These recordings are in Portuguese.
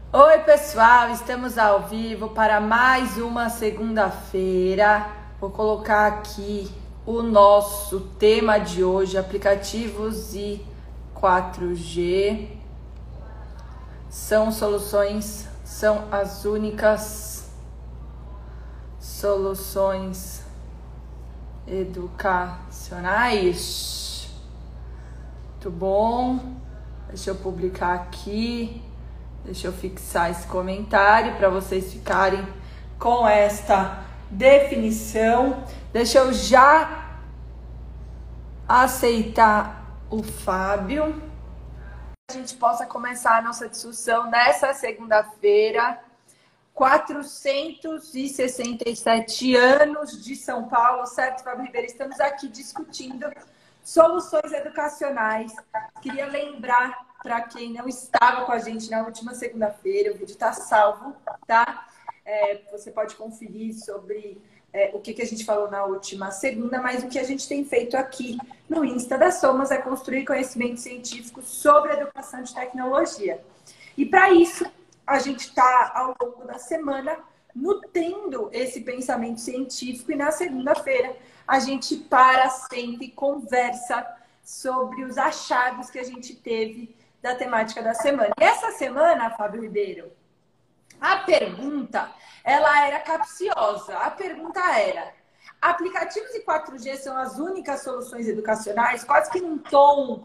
Oi, pessoal, estamos ao vivo para mais uma segunda-feira. Vou colocar aqui o nosso tema de hoje, aplicativos e 4G. São as únicas soluções educacionais. Muito bom. Deixa eu publicar aqui. Deixa eu fixar esse comentário para vocês ficarem com esta definição. Deixa eu já aceitar o Fábio. A gente possa começar a nossa discussão nessa segunda-feira. 467 anos de São Paulo, certo, Fábio Ribeiro? Estamos aqui discutindo soluções educacionais. Queria lembrar para quem não estava com a gente na última segunda-feira, o vídeo está salvo, tá? Você pode conferir sobre o que a gente falou na última segunda, mas o que a gente tem feito aqui no Insta da Somos é construir conhecimento científico sobre educação de tecnologia. E para isso, a gente está, ao longo da semana, nutrindo esse pensamento científico e na segunda-feira a gente para, senta e conversa sobre os achados que a gente teve da temática da semana. E essa semana, Fábio Ribeiro, a pergunta, ela era capciosa. A pergunta era: aplicativos e 4G são as únicas soluções educacionais? Quase que num tom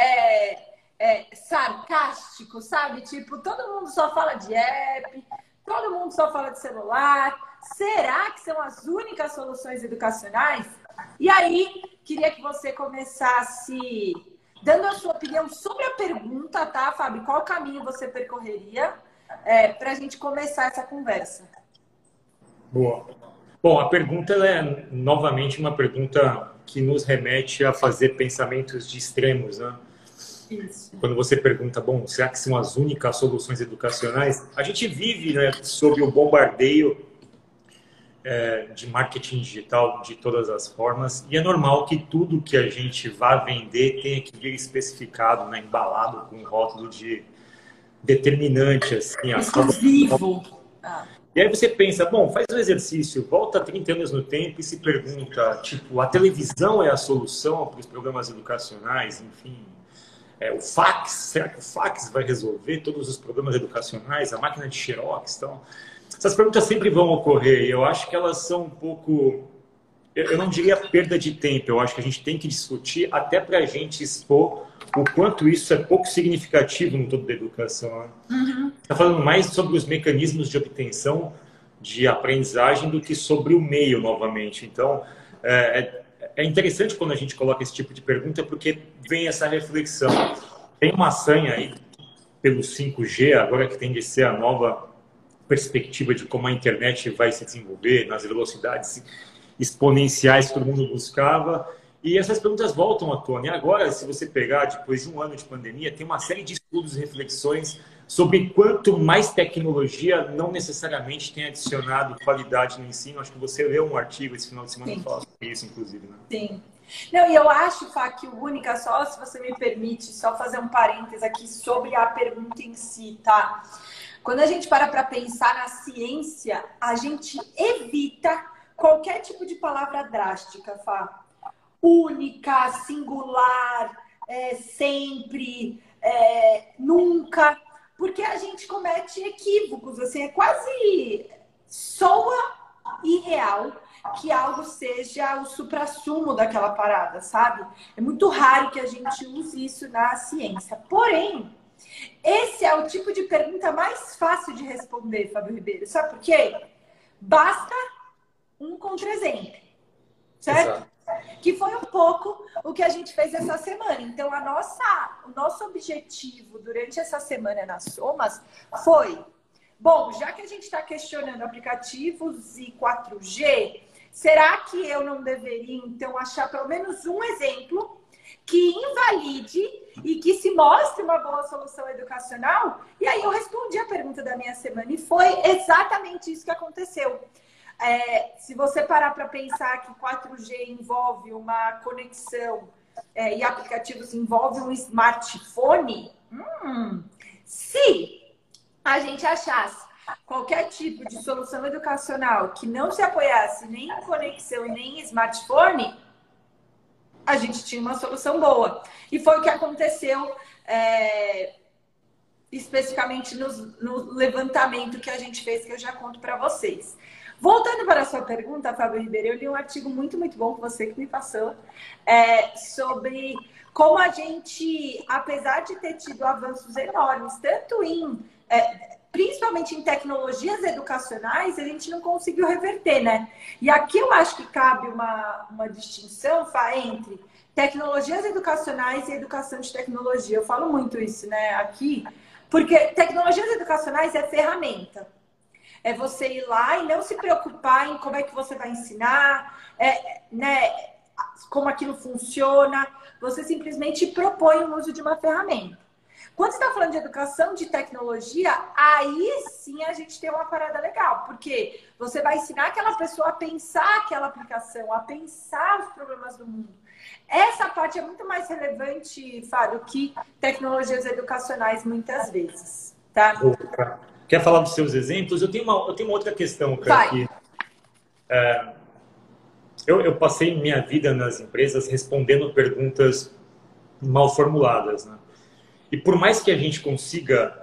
sarcástico, sabe? Tipo, todo mundo só fala de app, todo mundo só fala de celular. Será que são as únicas soluções educacionais? E aí, queria que você começasse dando a sua opinião sobre a pergunta, tá, Fábio? Qual caminho você percorreria para a gente começar essa conversa? Boa. Bom, a pergunta ela é novamente uma pergunta que nos remete a fazer pensamentos de extremos, né? Isso. Quando você pergunta, bom, será que são as únicas soluções educacionais? A gente vive, né, sob o bombardeio de marketing digital de todas as formas, e é normal que tudo que a gente vá vender tenha que vir especificado, né, embalado com um rótulo de determinante, assim, a salva. Exclusivo. E aí você pensa, bom, faz um exercício, volta 30 anos no tempo e se pergunta, tipo, a televisão é a solução para os programas educacionais, enfim, o fax, será que o fax vai resolver todos os problemas educacionais, a máquina de Xerox, então... Essas perguntas sempre vão ocorrer e eu acho que elas são um pouco, eu não diria perda de tempo, eu acho que a gente tem que discutir até para a gente expor o quanto isso é pouco significativo no todo da educação. Né? Uhum. Está falando mais sobre os mecanismos de obtenção de aprendizagem do que sobre o meio, novamente. Então, é interessante quando a gente coloca esse tipo de pergunta porque vem essa reflexão. Tem uma sanha aí pelo 5G, agora que tem de ser a nova perspectiva de como a internet vai se desenvolver nas velocidades exponenciais que todo mundo buscava. E essas perguntas voltam à tona. E agora, se você pegar, depois de um ano de pandemia, tem uma série de estudos e reflexões sobre quanto mais tecnologia não necessariamente tem adicionado qualidade no ensino. Acho que você leu um artigo esse final de semana que fala sobre isso, inclusive. Né? Sim. Não, e eu acho, Fá, que o única só, se você me permite, só fazer um parênteses aqui sobre a pergunta em si, tá? Quando a gente para pensar na ciência, a gente evita qualquer tipo de palavra drástica, Fá. Única, singular, sempre, nunca. Porque a gente comete equívocos, assim, quase soa irreal que algo seja o suprassumo daquela parada, sabe? É muito raro que a gente use isso na ciência. Porém, esse é o tipo de pergunta mais fácil de responder, Fábio Ribeiro. Sabe por quê? Basta um contra-exemplo, certo? Exato. Que foi um pouco o que a gente fez essa semana. Então, o nosso objetivo durante essa semana nas Somas foi: bom, já que a gente está questionando aplicativos e 4G, será que eu não deveria, então, achar pelo menos um exemplo que invalide e que se mostre uma boa solução educacional? E aí eu respondi a pergunta da minha semana e foi exatamente isso que aconteceu. Se você parar para pensar que 4G envolve uma conexão e aplicativos envolvem um smartphone, se a gente achasse qualquer tipo de solução educacional que não se apoiasse nem em conexão e nem em smartphone, a gente tinha uma solução boa. E foi o que aconteceu especificamente no levantamento que a gente fez, que eu já conto para vocês. Voltando para a sua pergunta, Fábio Ribeiro, eu li um artigo muito, muito bom que você que me passou, sobre como a gente, apesar de ter tido avanços enormes, tanto principalmente em tecnologias educacionais, a gente não conseguiu reverter, né? E aqui eu acho que cabe uma distinção, Fá, entre tecnologias educacionais e educação de tecnologia. Eu falo muito isso, né, aqui, porque tecnologias educacionais é ferramenta. É você ir lá e não se preocupar em como é que você vai ensinar, né, como aquilo funciona. Você simplesmente propõe o uso de uma ferramenta. Quando você está falando de educação de tecnologia, aí sim a gente tem uma parada legal, porque você vai ensinar aquela pessoa a pensar aquela aplicação, a pensar os problemas do mundo. Essa parte é muito mais relevante, Fábio, que tecnologias educacionais muitas vezes, tá? Quer falar dos seus exemplos? Eu tenho uma outra questão para aqui. Eu passei minha vida nas empresas respondendo perguntas mal formuladas, né? E por mais que a gente consiga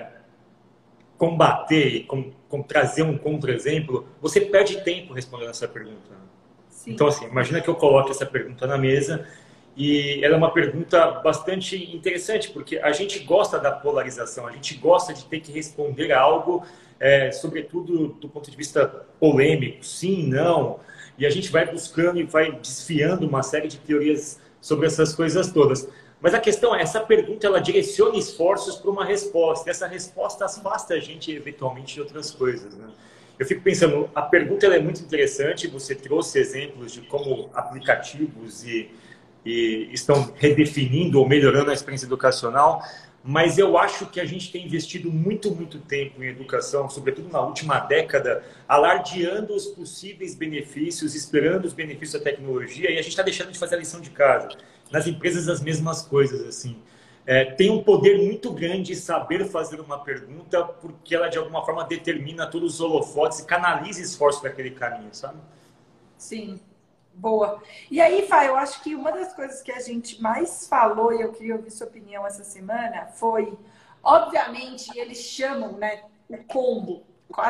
combater e trazer um contra-exemplo, você perde tempo respondendo essa pergunta. Sim. Então, assim, imagina que eu coloque essa pergunta na mesa e ela é uma pergunta bastante interessante, porque a gente gosta da polarização, a gente gosta de ter que responder algo, sobretudo do ponto de vista polêmico, sim, não, e a gente vai buscando e vai desfiando uma série de teorias sobre essas coisas todas. Mas a questão é, essa pergunta, ela direciona esforços para uma resposta. E essa resposta afasta a gente, eventualmente, de outras coisas, né? Eu fico pensando, a pergunta ela é muito interessante. Você trouxe exemplos de como aplicativos e estão redefinindo ou melhorando a experiência educacional. Mas eu acho que a gente tem investido muito, muito tempo em educação, sobretudo na última década, alardeando os possíveis benefícios, esperando os benefícios da tecnologia, e a gente está deixando de fazer a lição de casa. Nas empresas, as mesmas coisas, assim. Tem um poder muito grande saber fazer uma pergunta, porque ela, de alguma forma, determina todos os holofotes e canaliza esforço para aquele caminho, sabe? Sim, boa. E aí, Fá, eu acho que uma das coisas que a gente mais falou, e eu queria ouvir sua opinião essa semana, foi, obviamente, eles chamam, né, o combo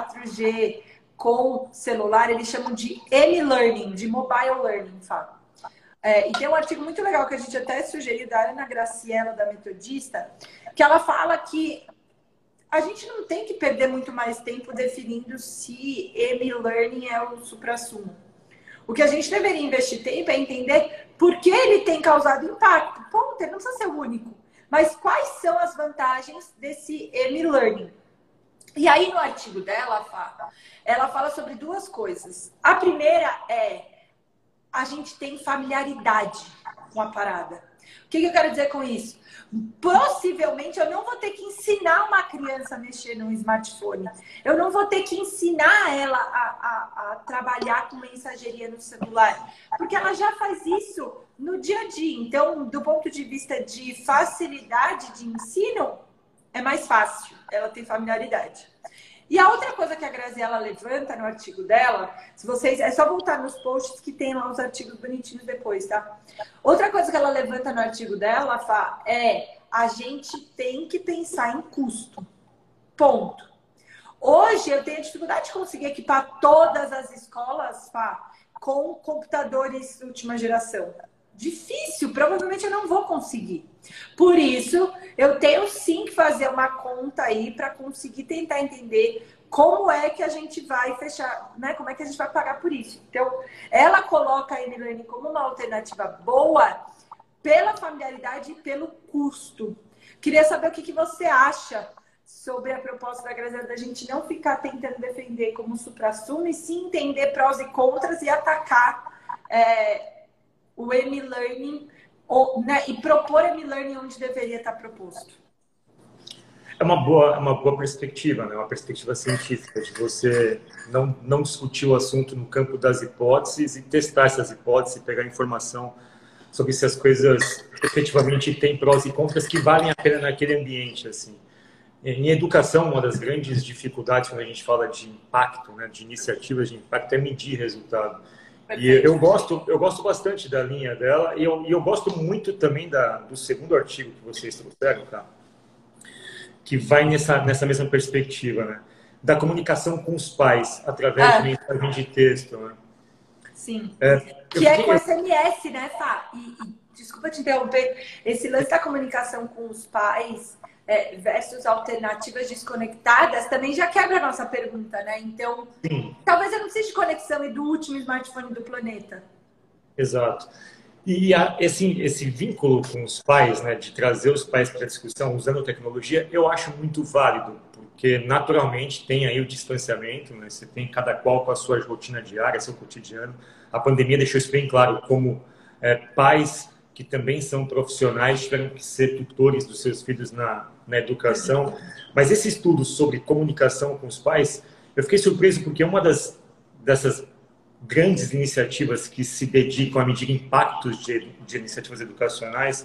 4G com celular, eles chamam de M-Learning, de Mobile Learning, Fá. E tem um artigo muito legal que a gente até sugeriu da Ana Graciela, da Metodista, que ela fala que a gente não tem que perder muito mais tempo definindo se M-Learning é o suprassumo. O que a gente deveria investir tempo é entender por que ele tem causado impacto. Ponto, ele não precisa ser o único. Mas quais são as vantagens desse M-Learning? E aí, no artigo dela, ela fala sobre duas coisas. A primeira é a gente tem familiaridade com a parada. O que eu quero dizer com isso? Possivelmente eu não vou ter que ensinar uma criança a mexer num smartphone. Eu não vou ter que ensinar ela a trabalhar com mensageria no celular. Porque ela já faz isso no dia a dia. Então, do ponto de vista de facilidade de ensino, é mais fácil. Ela tem familiaridade. E a outra coisa que a Graziella levanta no artigo dela, se vocês, é só voltar nos posts que tem lá os artigos bonitinhos depois, tá? Outra coisa que ela levanta no artigo dela, Fá, a gente tem que pensar em custo. Ponto. Hoje eu tenho dificuldade de conseguir equipar todas as escolas, Fá, com computadores última geração. Difícil, provavelmente eu não vou conseguir. Por isso, eu tenho sim que fazer uma conta aí para conseguir tentar entender como é que a gente vai fechar, né? Como é que a gente vai pagar por isso. Então, ela coloca a M-Learning como uma alternativa boa pela familiaridade e pelo custo. Queria saber o que você acha sobre a proposta da Graziella da gente não ficar tentando defender como suprassumo e sim entender prós e contras e atacar o M-Learning, né, e propor M-Learning onde deveria estar proposto. É uma boa perspectiva, né? Uma perspectiva científica, de você não discutir o assunto no campo das hipóteses e testar essas hipóteses, pegar informação sobre se as coisas efetivamente têm prós e contras que valem a pena naquele ambiente, assim. Em educação, uma das grandes dificuldades quando a gente fala de impacto, né, de iniciativas de impacto, é medir resultado. E eu gosto bastante da linha dela e eu gosto muito também do segundo artigo que vocês trouxeram, tá? Que vai nessa mesma perspectiva, né? Da comunicação com os pais através de mensagem de texto, né? Sim. Que é com SMS, né, Fá? Desculpa te interromper, esse lance da comunicação com os pais versus alternativas desconectadas também já quebra a nossa pergunta, né? Então, sim, talvez eu não precise de conexão e do último smartphone do planeta. exato. E esse vínculo com os pais, né, de trazer os pais para a discussão usando tecnologia, eu acho muito válido, porque naturalmente tem aí o distanciamento, né, você tem cada qual com a sua rotina diária, seu cotidiano. A pandemia deixou isso bem claro, como pais que também são profissionais tiveram que ser tutores dos seus filhos na educação. Mas esse estudo sobre comunicação com os pais, eu fiquei surpreso porque uma dessas grandes iniciativas que se dedicam a medir impactos de iniciativas educacionais,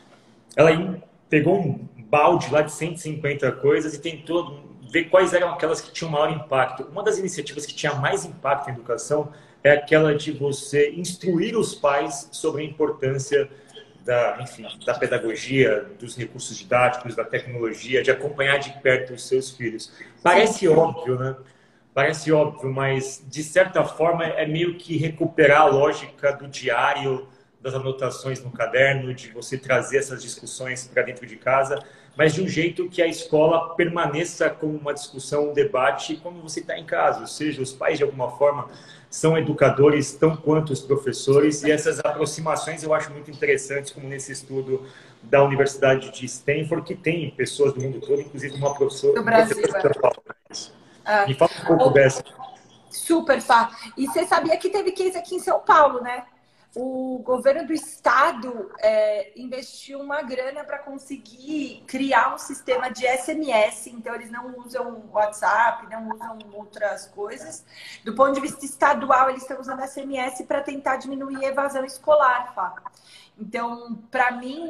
ela pegou um balde lá de 150 coisas e tentou ver quais eram aquelas que tinham maior impacto. Uma das iniciativas que tinha mais impacto em educação é aquela de você instruir os pais sobre a importância enfim, da pedagogia, dos recursos didáticos, da tecnologia, de acompanhar de perto os seus filhos. Parece óbvio, né? Parece óbvio, mas de certa forma é meio que recuperar a lógica do diário, das anotações no caderno, de você trazer essas discussões para dentro de casa, mas de um jeito que a escola permaneça como uma discussão, um debate, como você está em casa. Ou seja, os pais, de alguma forma, são educadores tão quanto os professores, e essas aproximações eu acho muito interessantes, como nesse estudo da Universidade de Stanford, que tem pessoas do mundo todo, inclusive uma professora. Do Brasil. Me fala um pouco dessa. Super, Fá. E você sabia que teve case aqui em São Paulo, né? O governo do estado investiu uma grana para conseguir criar um sistema de SMS, então eles não usam WhatsApp, não usam outras coisas. Do ponto de vista estadual, eles estão usando SMS para tentar diminuir a evasão escolar, Fá. Então, para mim,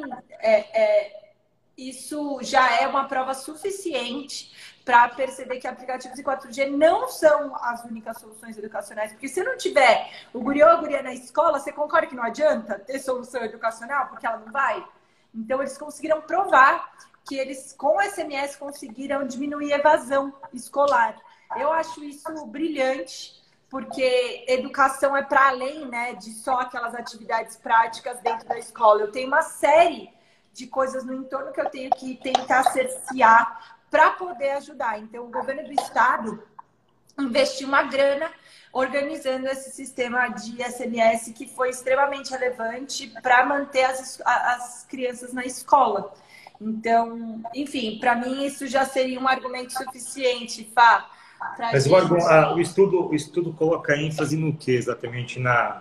isso já é uma prova suficiente para perceber que aplicativos e 4G não são as únicas soluções educacionais. Porque se não tiver o guri ou a guria na escola, você concorda que não adianta ter solução educacional? Porque ela não vai? Então, eles conseguiram provar que eles, com o SMS, conseguiram diminuir a evasão escolar. Eu acho isso brilhante, porque educação é para além, né, de só aquelas atividades práticas dentro da escola. Eu tenho uma série de coisas no entorno que eu tenho que tentar cercear para poder ajudar. Então, o governo do estado investiu uma grana organizando esse sistema de SMS que foi extremamente relevante para manter as crianças na escola. Então, enfim, para mim isso já seria um argumento suficiente, Fá. Mas o estudo coloca ênfase no que exatamente?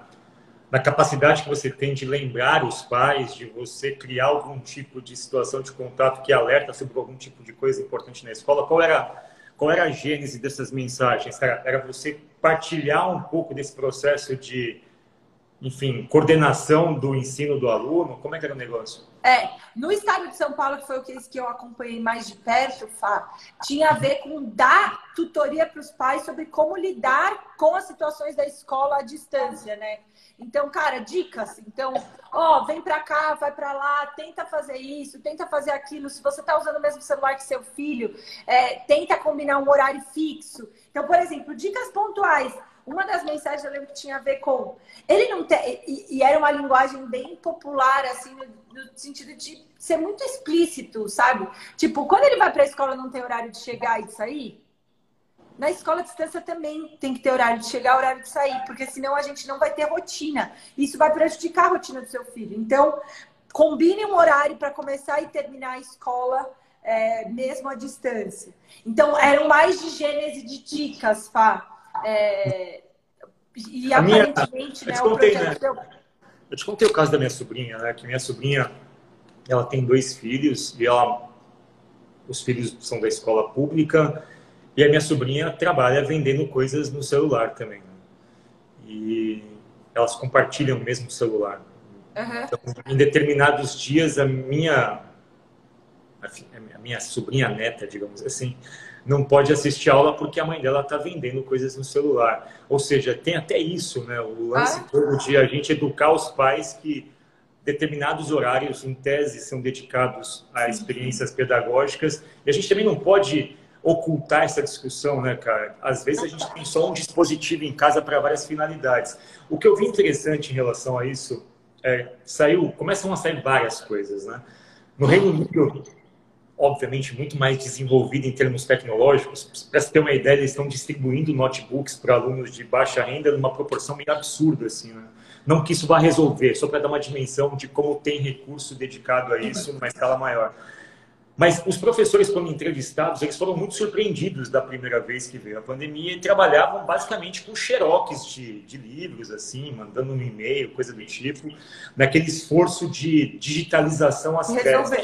Na capacidade que você tem de lembrar os pais, de você criar algum tipo de situação de contato que alerta sobre algum tipo de coisa importante na escola. Qual era a gênese dessas mensagens? Era você partilhar um pouco desse processo de, enfim, coordenação do ensino do aluno? Como é que era o negócio? No estado de São Paulo, que foi o que eu acompanhei mais de perto, Fá, tinha a ver com dar tutoria para os pais sobre como lidar com as situações da escola à distância, né? Então, cara, dicas. Então, vem pra cá, vai pra lá, tenta fazer isso, tenta fazer aquilo. Se você tá usando o mesmo celular que seu filho, tenta combinar um horário fixo. Então, por exemplo, dicas pontuais. Uma das mensagens eu lembro que tinha a ver com... Ele não tem... E era uma linguagem bem popular, assim, no sentido de ser muito explícito, sabe? Tipo, quando ele vai pra escola não tem horário de chegar e de sair... Na escola à distância também tem que ter horário de chegar, horário de sair, porque senão a gente não vai ter rotina. Isso vai prejudicar a rotina do seu filho. Então, combine um horário para começar e terminar a escola, mesmo à distância. Então, eram mais de gênese de dicas, Fá. E aparentemente, né, o projeto... Eu te contei o caso da minha sobrinha, né? Que minha sobrinha, ela tem 2 filhos e os filhos são da escola pública. E a minha sobrinha trabalha vendendo coisas no celular também. Né? E elas compartilham o mesmo celular. Uhum. Então, em determinados dias, a minha a minha sobrinha neta, digamos assim, não pode assistir aula porque a mãe dela está vendendo coisas no celular. Ou seja, tem até isso, né? O lance todo de a gente educar os pais que determinados horários, em tese, são dedicados a experiências pedagógicas. E a gente também não pode ocultar essa discussão, né, cara? Às vezes a gente tem só um dispositivo em casa para várias finalidades. O que eu vi interessante em relação a isso começam a sair várias coisas, né? No Reino Unido, obviamente, muito mais desenvolvido em termos tecnológicos. Para você ter uma ideia, eles estão distribuindo notebooks para alunos de baixa renda numa proporção meio absurda, assim, né? Não que isso vá resolver, só para dar uma dimensão de como tem recurso dedicado a isso numa escala maior. Mas os professores, quando entrevistados, eles foram muito surpreendidos da primeira vez que veio a pandemia e trabalhavam basicamente com xerox de livros, assim, mandando um e-mail, coisa do tipo, naquele esforço de digitalização às pressas.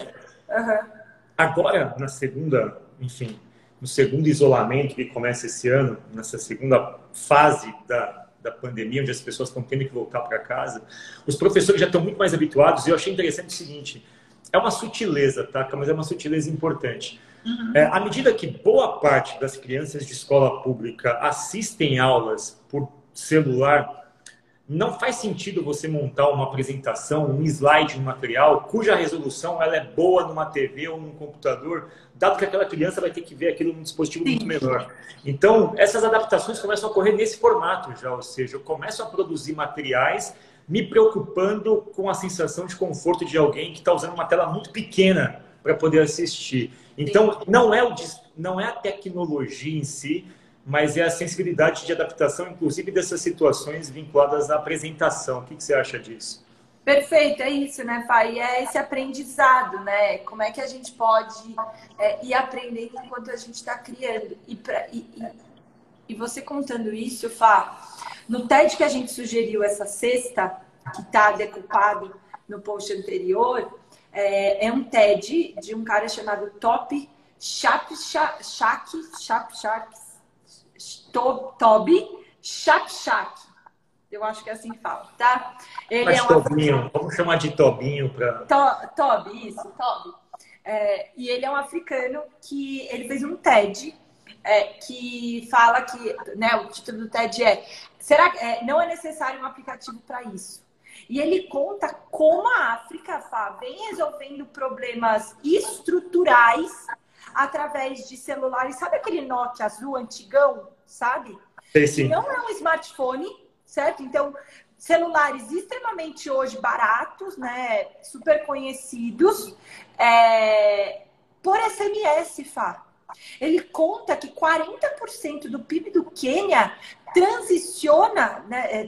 Agora, na segunda, enfim, no segundo isolamento que começa esse ano, nessa segunda fase da pandemia, onde as pessoas estão tendo que voltar para casa, os professores já estão muito mais habituados. E eu achei interessante o seguinte: é uma sutileza, tá? Mas é uma sutileza importante. À medida que boa parte das crianças de escola pública assistem aulas por celular, não faz sentido você montar uma apresentação, um slide, um material, cuja resolução ela é boa numa TV ou num computador, dado que aquela criança vai ter que ver aquilo num dispositivo muito menor. Então, essas adaptações começam a ocorrer nesse formato já, ou seja, eu começo a produzir materiais me preocupando com a sensação de conforto de alguém que está usando uma tela muito pequena para poder assistir. Então, não é a tecnologia em si, mas é a sensibilidade de adaptação, inclusive dessas situações vinculadas à apresentação. O que você acha disso? Perfeito, é isso, né, Fá? E é esse aprendizado, né? Como é que a gente pode ir aprendendo enquanto a gente está criando. E você contando isso, Fá, no TED que a gente sugeriu essa sexta, que está decupado no post anterior, é um TED de um cara chamado Toby Shapshak. Eu acho que é assim que fala, tá? Ele Mas Tobinho, vamos chamar de Tobinho para... Toby, isso, Toby. E ele é um africano que ele fez um TED que fala que, né, o título do TED não é necessário um aplicativo para isso. E ele conta como a África vem resolvendo problemas estruturais através de celulares. Sabe aquele Nokia azul antigão, sabe? Sim. Não é um smartphone, certo? Então, celulares extremamente hoje baratos, né? Super conhecidos, por SMS, Fá. Ele conta que 40% do PIB do Quênia transaciona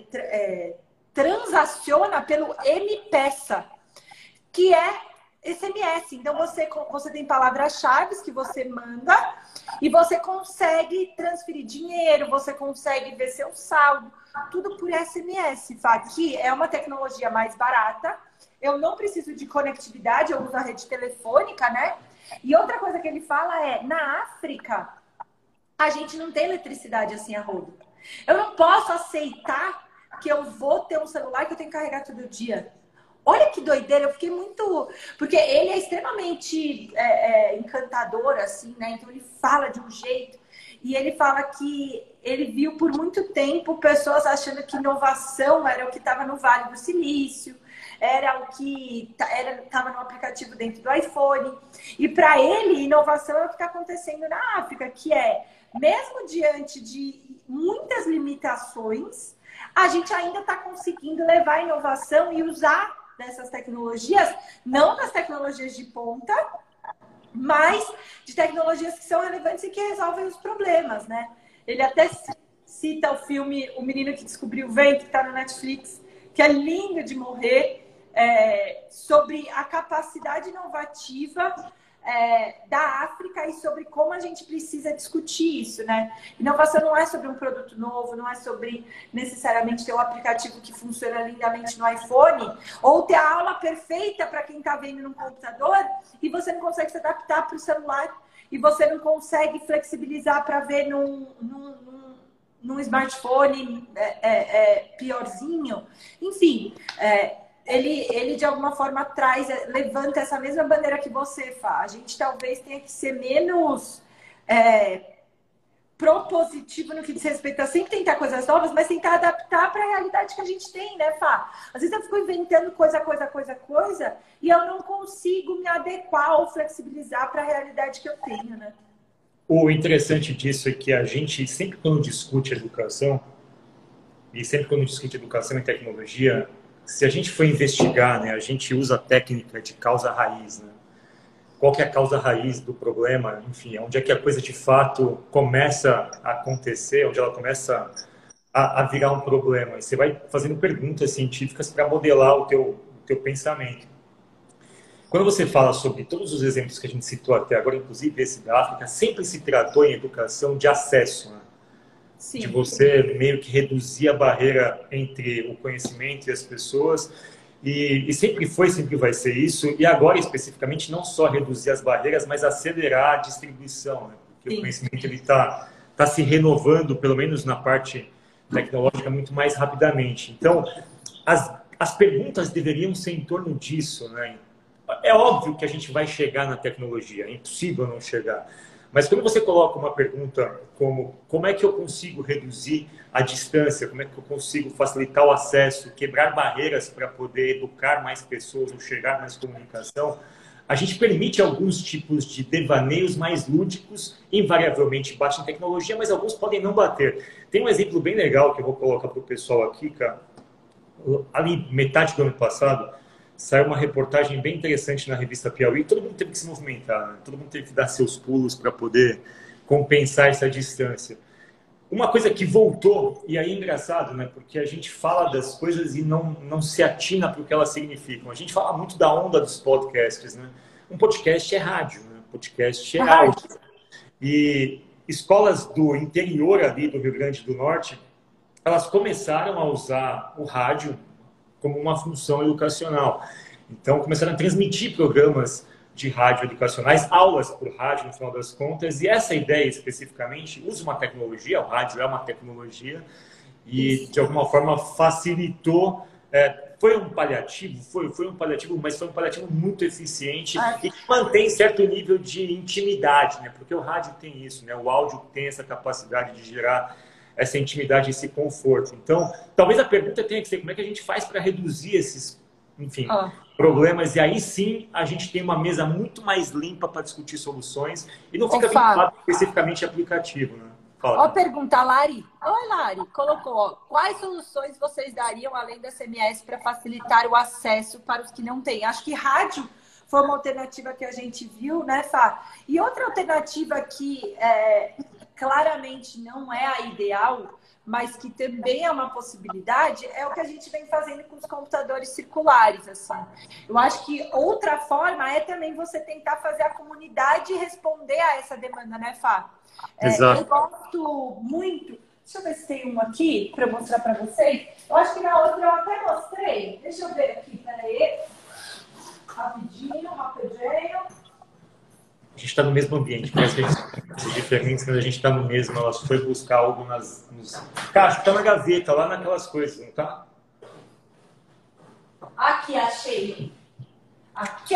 pelo M-Pesa, que é SMS. Então, você tem palavras-chave que você manda e você consegue transferir dinheiro, você consegue ver seu saldo, tudo por SMS, que é uma tecnologia mais barata. Eu não preciso de conectividade, eu uso a rede telefônica, né? E outra coisa que ele fala na África, a gente não tem eletricidade assim a rodo. Eu não posso aceitar que eu vou ter um celular que eu tenho que carregar todo dia. Olha que doideira, eu fiquei muito... Porque ele é extremamente encantador, assim, né? Então ele fala de um jeito. E ele fala que ele viu por muito tempo pessoas achando que inovação era o que estava no Vale do Silício, era o que estava no aplicativo dentro do iPhone. E para ele, inovação é o que está acontecendo na África, que mesmo diante de muitas limitações, a gente ainda está conseguindo levar a inovação e usar dessas tecnologias, não das tecnologias de ponta, mas de tecnologias que são relevantes e que resolvem os problemas, né? Ele até cita o filme O Menino que Descobriu o Vento, que está no Netflix, que é lindo de morrer, sobre a capacidade inovativa da África e sobre como a gente precisa discutir isso, né? Inovação não é sobre um produto novo, não é sobre necessariamente ter um aplicativo que funciona lindamente no iPhone ou ter a aula perfeita para quem está vendo no computador e você não consegue se adaptar para o celular e você não consegue flexibilizar para ver num smartphone piorzinho. Enfim, ele de alguma forma levanta essa mesma bandeira que você faz. A gente talvez tenha que ser menos propositivo no que diz respeito a sempre tentar coisas novas, mas tentar adaptar para a realidade que a gente tem, né, Fá? Às vezes eu fico inventando coisa, e eu não consigo me adequar ou flexibilizar para a realidade que eu tenho, né? O interessante disso é que a gente, sempre quando discute educação, e sempre quando discute educação e tecnologia, se a gente for investigar, né, a gente usa a técnica de causa raiz, né? Qual que é a causa raiz do problema, enfim, onde é que a coisa de fato começa a acontecer, onde ela começa a virar um problema. E você vai fazendo perguntas científicas para modelar o teu pensamento. Quando você fala sobre todos os exemplos que a gente citou até agora, inclusive esse da África, sempre se tratou em educação de acesso, né? Sim. De você meio que reduzir a barreira entre o conhecimento e as pessoas. E sempre foi, sempre vai ser isso. E agora, especificamente, não só reduzir as barreiras, mas acelerar a distribuição, né? Porque Sim. O conhecimento está se renovando, pelo menos na parte tecnológica, muito mais rapidamente. Então, as perguntas deveriam ser em torno disso, né? É óbvio que a gente vai chegar na tecnologia, é impossível não chegar. Mas quando você coloca uma pergunta como é que eu consigo reduzir a distância, como é que eu consigo facilitar o acesso, quebrar barreiras para poder educar mais pessoas ou chegar mais comunicação, a gente permite alguns tipos de devaneios mais lúdicos, invariavelmente bate em tecnologia, mas alguns podem não bater. Tem um exemplo bem legal que eu vou colocar para o pessoal aqui, cara. Ali, metade do ano passado, saiu uma reportagem bem interessante na revista Piauí. Todo mundo teve que se movimentar, né? Todo mundo teve que dar seus pulos para poder compensar essa distância. Uma coisa que voltou, e aí é engraçado, né? Porque a gente fala das coisas e não se atina para o que elas significam. A gente fala muito da onda dos podcasts, né? Um podcast é rádio, né? Um podcast é áudio. E escolas do interior ali do Rio Grande do Norte, elas começaram a usar o rádio como uma função educacional. Então, começaram a transmitir programas de rádio educacionais, aulas por rádio, no final das contas, e essa ideia especificamente usa uma tecnologia, o rádio é uma tecnologia, e de alguma forma facilitou, foi um paliativo, foi um paliativo, mas foi um paliativo muito eficiente e que mantém certo nível de intimidade, né? Porque o rádio tem isso, né? O áudio tem essa capacidade de gerar essa intimidade, esse conforto. Então, talvez a pergunta tenha que ser como é que a gente faz para reduzir esses, enfim, problemas, e aí sim a gente tem uma mesa muito mais limpa para discutir soluções e não fica vinculado especificamente aplicativo, né? Ó, pergunta, Lari. Oi, Lari. Colocou, ó, quais soluções vocês dariam além da SMS para facilitar o acesso para os que não têm? Acho que rádio foi uma alternativa que a gente viu, né, Fá? E outra alternativa que claramente não é a ideal, mas que também é uma possibilidade, é o que a gente vem fazendo com os computadores circulares, assim. Eu acho que outra forma é também você tentar fazer a comunidade responder a essa demanda, né, Fá? Exato. Eu gosto muito... Deixa eu ver se tem um aqui para mostrar para vocês. Eu acho que na outra eu até mostrei. Deixa eu ver aqui, peraí. Rapidinho. A gente está no mesmo ambiente, parece que a gente diferentes, mas a gente está no mesmo. Ela foi buscar algo nos caixas, está na gaveta, lá naquelas coisas, não tá? Aqui, achei. Aqui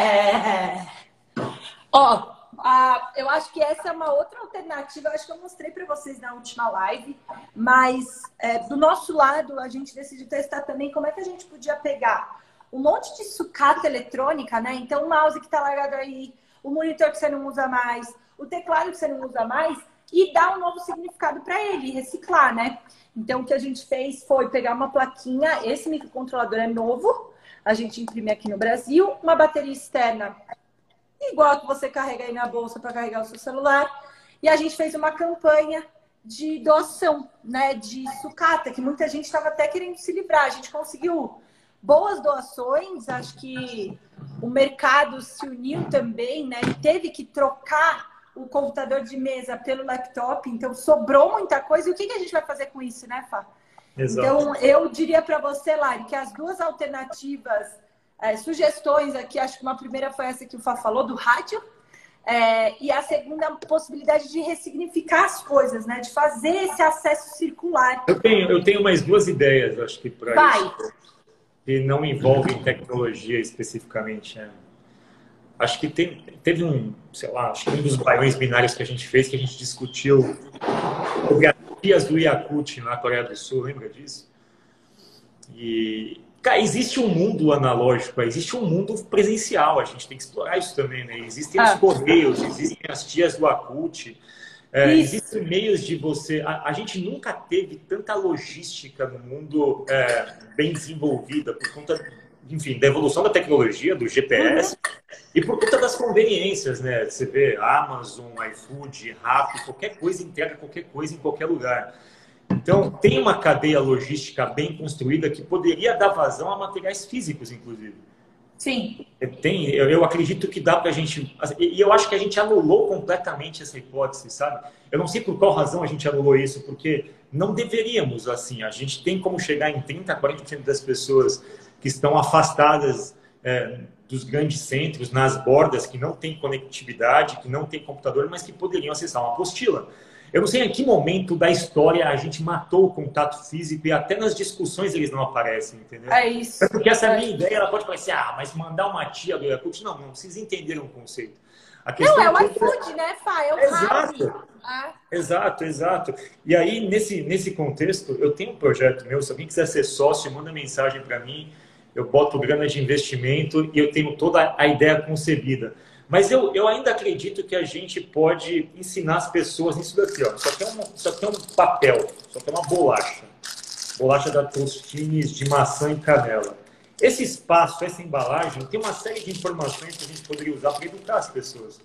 Ó, eu acho que essa é uma outra alternativa. Eu acho que eu mostrei para vocês na última live, mas do nosso lado a gente decidiu testar também como é que a gente podia pegar um monte de sucata eletrônica, né? Então o mouse que está largado aí, o monitor que você não usa mais, o teclado que você não usa mais, e dar um novo significado para ele, reciclar, né? Então, o que a gente fez foi pegar uma plaquinha, esse microcontrolador é novo, a gente imprime aqui no Brasil, uma bateria externa, igual a que você carrega aí na bolsa para carregar o seu celular, e a gente fez uma campanha de doação, né, de sucata, que muita gente estava até querendo se livrar. A gente conseguiu boas doações, acho que o mercado se uniu também, né? E teve que trocar o computador de mesa pelo laptop, então sobrou muita coisa. E o que a gente vai fazer com isso, né, Fá? Exato. Então, eu diria para você, Lari, que as duas alternativas, sugestões aqui, acho que uma primeira foi essa que o Fá falou, do rádio, e a segunda, a possibilidade de ressignificar as coisas, né? De fazer esse acesso circular. Eu tenho mais duas ideias, acho que para isso. que não envolvem tecnologia especificamente. Né? Acho que teve um, sei lá, acho que um dos baiões binários que a gente fez, que a gente discutiu sobre as tias do Yakut na Coreia do Sul, lembra disso? E, cara, existe um mundo analógico, existe um mundo presencial, a gente tem que explorar isso também, né? Existem os correios, existem as tias do Yakut, existem meios de você... A gente nunca teve tanta logística no mundo bem desenvolvida por conta, enfim, da evolução da tecnologia, do GPS, e por conta das conveniências, né? Você vê Amazon, iFood, Rappi, qualquer coisa entrega qualquer coisa em qualquer lugar. Então, tem uma cadeia logística bem construída que poderia dar vazão a materiais físicos, inclusive. Sim. Eu acredito que dá para a gente... E eu acho que a gente anulou completamente essa hipótese, sabe? Eu não sei por qual razão a gente anulou isso, porque não deveríamos, assim. A gente tem como chegar em 30%, 40% das pessoas que estão afastadas dos grandes centros, nas bordas, que não têm conectividade, que não têm computador, mas que poderiam acessar uma apostila. Eu não sei em que momento da história a gente matou o contato físico e até nas discussões eles não aparecem, entendeu? É isso. Porque essa minha ideia, ela pode parecer, mas mandar uma tia do Yakut, não, vocês entenderam o conceito. Não, é o iFood, né, Fá? É o Rappi. Exato. E aí, nesse contexto, eu tenho um projeto meu, se alguém quiser ser sócio, manda mensagem para mim, eu boto grana de investimento e eu tenho toda a ideia concebida. Mas eu ainda acredito que a gente pode ensinar as pessoas nisso daqui. Ó. Só tem um papel, só tem uma bolacha. Bolacha da Tostines de maçã e canela. Esse espaço, essa embalagem, tem uma série de informações que a gente poderia usar para educar as pessoas.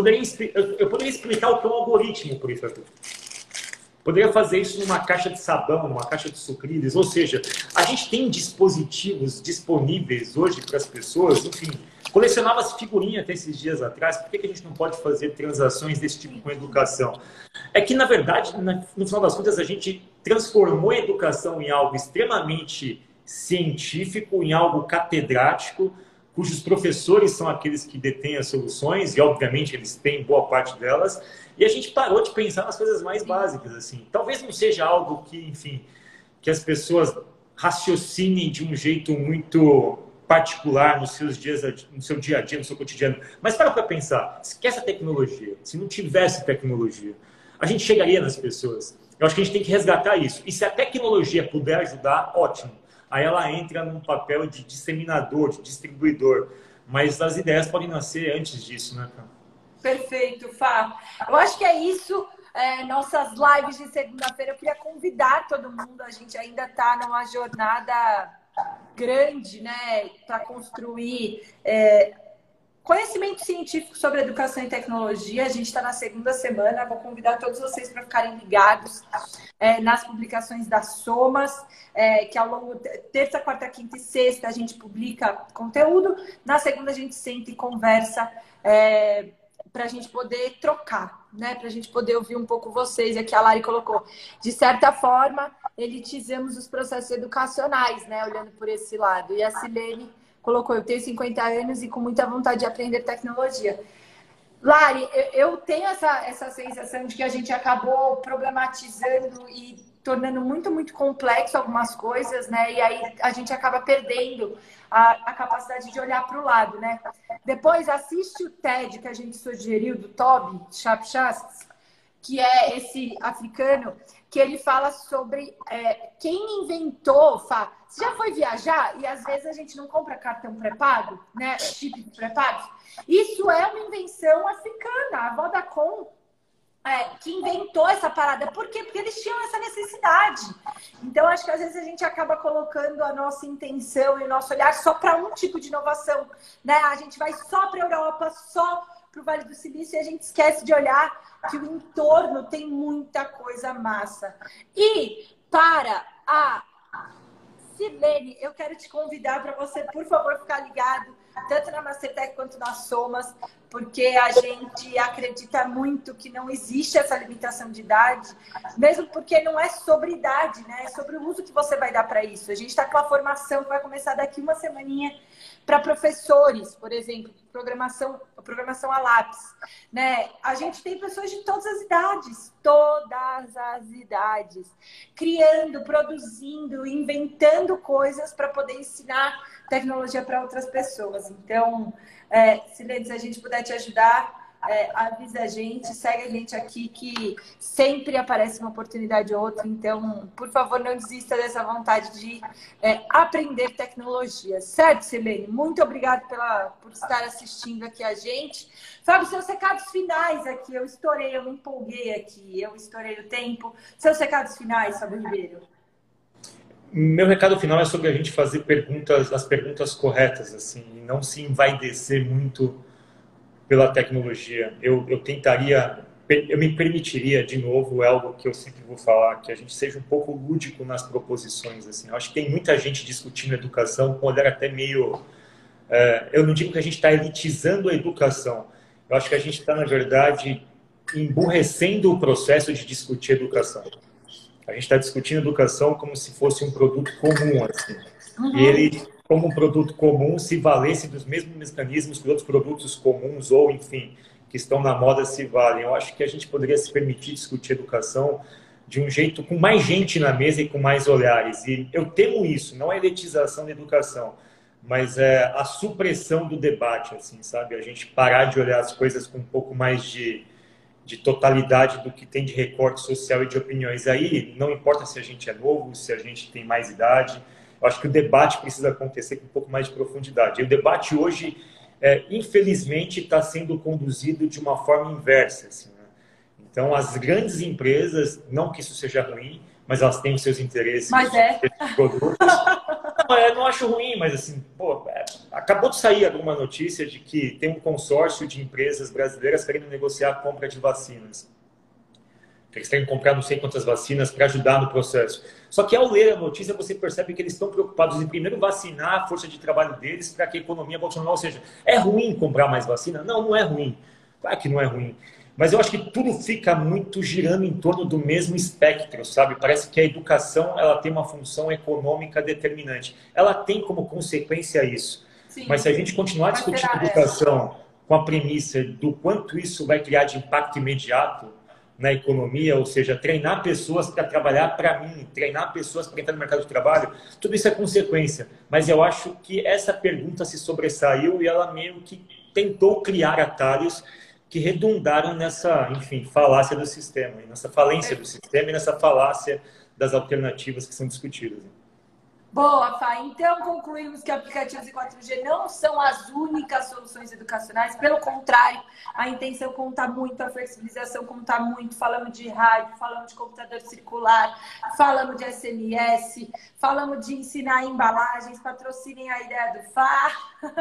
Eu poderia explicar o que é um algoritmo por isso aqui. Poderia fazer isso numa caixa de sabão, numa caixa de sucrilhos. Ou seja, a gente tem dispositivos disponíveis hoje para as pessoas, enfim... Colecionava-se figurinha até esses dias atrás. Por que a gente não pode fazer transações desse tipo com educação? É que, na verdade, no final das contas, a gente transformou a educação em algo extremamente científico, em algo catedrático, cujos professores são aqueles que detêm as soluções, e, obviamente, eles têm boa parte delas, e a gente parou de pensar nas coisas mais básicas. Assim. Talvez não seja algo que, enfim, que as pessoas raciocinem de um jeito muito... particular nos seus dias, no seu dia a dia, no seu cotidiano. Mas para pensar, esquece a tecnologia. Se não tivesse tecnologia, a gente chegaria nas pessoas. Eu acho que a gente tem que resgatar isso. E se a tecnologia puder ajudar, ótimo. Aí ela entra num papel de disseminador, de distribuidor. Mas as ideias podem nascer antes disso, né, cara? Perfeito, Fá. Eu acho que é isso. Nossas lives de segunda-feira, eu queria convidar todo mundo. A gente ainda está numa jornada grande, né, para construir conhecimento científico sobre educação e tecnologia. A gente está na segunda semana. Vou convidar todos vocês para ficarem ligados nas publicações das Somas, que ao longo de terça, quarta, quinta e sexta a gente publica conteúdo. Na segunda a gente senta e conversa para a gente poder trocar, né? Para a gente poder ouvir um pouco vocês. Aqui a Lari colocou, de certa forma, elitizamos os processos educacionais, né? Olhando por esse lado. E a Silene colocou, eu tenho 50 anos e com muita vontade de aprender tecnologia. Lari, eu tenho essa sensação de que a gente acabou problematizando e tornando muito, muito complexo algumas coisas, né? E aí a gente acaba perdendo a capacidade de olhar para o lado, né? Depois assiste o TED que a gente sugeriu do Toby Chapchas, que é esse africano, que ele fala sobre quem inventou, você já foi viajar e às vezes a gente não compra cartão pré-pago, né? Chip pré-pago. Isso é uma invenção africana, a Vodacom que inventou essa parada. Por quê? Porque eles tinham essa necessidade. Então, acho que às vezes a gente acaba colocando a nossa intenção e o nosso olhar só para um tipo de inovação, né? A gente vai só para a Europa, só para o Vale do Silício e a gente esquece de olhar que o entorno tem muita coisa massa. E para a Silene, eu quero te convidar para você, por favor, ficar ligado, tanto na Mastertech quanto nas Somas, porque a gente acredita muito que não existe essa limitação de idade, mesmo porque não é sobre idade, né? É sobre o uso que você vai dar para isso. A gente está com a formação que vai começar daqui uma semaninha para professores, por exemplo, programação a lápis, né? A gente tem pessoas de todas as idades, criando, produzindo, inventando coisas para poder ensinar tecnologia para outras pessoas. Então, Silene, se a gente puder te ajudar, avisa a gente, segue a gente aqui, que sempre aparece uma oportunidade ou outra. Então, por favor, não desista dessa vontade de aprender tecnologia. Certo, Silene? Muito obrigada por estar assistindo aqui a gente. Fábio, seus recados finais aqui. Eu me empolguei aqui, eu estourei o tempo. Seus recados finais, Fábio Ribeiro. Meu recado final é sobre a gente fazer as perguntas corretas, assim, e não se envaidecer muito pela tecnologia. Eu me permitiria, de novo, é algo que eu sempre vou falar, que a gente seja um pouco lúdico nas proposições, assim. Eu acho que tem muita gente discutindo educação com um olhar até meio... eu não digo que a gente está elitizando a educação, eu acho que a gente está, na verdade, emburrecendo o processo de discutir educação. A gente está discutindo educação como se fosse um produto comum, assim. E ele, como um produto comum, se valesse dos mesmos mecanismos que outros produtos comuns ou, enfim, que estão na moda se valem. Eu acho que a gente poderia se permitir discutir educação de um jeito com mais gente na mesa e com mais olhares. E eu temo isso, não a elitização da educação, mas a supressão do debate, assim, sabe? A gente parar de olhar as coisas com um pouco mais de totalidade do que tem de recorte social e de opiniões. Aí, não importa se a gente é novo, se a gente tem mais idade, eu acho que o debate precisa acontecer com um pouco mais de profundidade. E o debate hoje, infelizmente, está sendo conduzido de uma forma inversa. Assim, né? Então, as grandes empresas, não que isso seja ruim, mas elas têm os seus interesses. Mas produtos. Não acho ruim, mas assim, acabou de sair alguma notícia de que tem um consórcio de empresas brasileiras querendo negociar a compra de vacinas. Eles querem comprar não sei quantas vacinas para ajudar no processo. Só que ao ler a notícia, você percebe que eles estão preocupados em primeiro vacinar a força de trabalho deles para que a economia volte a normal. Ou seja, é ruim comprar mais vacina? Não, não é ruim. Claro que não é ruim. Mas eu acho que tudo fica muito girando em torno do mesmo espectro, sabe? Parece que a educação ela tem uma função econômica determinante. Ela tem como consequência isso. Sim. Mas se a gente continuar discutindo educação com a premissa do quanto isso vai criar de impacto imediato na economia, ou seja, treinar pessoas para trabalhar para mim, treinar pessoas para entrar no mercado de trabalho, tudo isso é consequência. Mas eu acho que essa pergunta se sobressaiu e ela meio que tentou criar atalhos que redundaram nessa, enfim, falácia do sistema, nessa falência do sistema e nessa falácia das alternativas que são discutidas. Boa, Fá. Então, concluímos que aplicativos e 4G não são as únicas soluções educacionais. Pelo contrário, a intenção conta muito, a flexibilização conta muito. Falamos de rádio, falamos de computador circular, falamos de SMS, falamos de ensinar embalagens, patrocinem a ideia do Fá.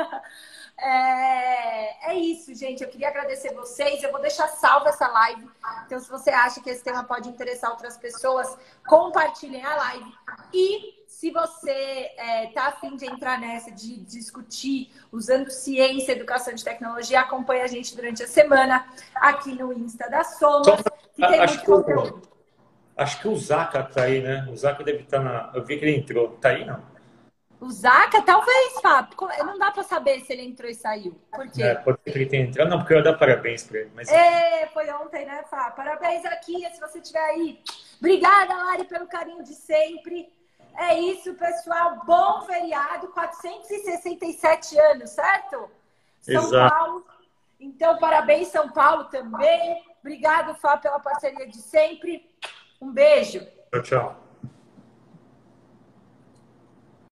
É isso, gente. Eu queria agradecer vocês. Eu vou deixar salva essa live. Então, se você acha que esse tema pode interessar outras pessoas, compartilhem a live. E se você está a fim de entrar nessa, de discutir usando ciência, educação de tecnologia, acompanhe a gente durante a semana aqui no Insta da Somas. Acho que o Zaca está aí, né? O Zaca deve estar na... Eu vi que ele entrou. Está aí, não? O Zaca, talvez, Fábio. Não dá para saber se ele entrou e saiu. Por quê? Pode ser que ele tenha entrado. Não, porque eu ia dar parabéns para ele. Mas... foi ontem, né, Fábio? Parabéns aqui, se você estiver aí. Obrigada, Lari, pelo carinho de sempre. É isso, pessoal. Bom feriado. 467 anos, certo? São Paulo. Então, parabéns, São Paulo também. Obrigado, Fábio, pela parceria de sempre. Um beijo. Tchau, tchau.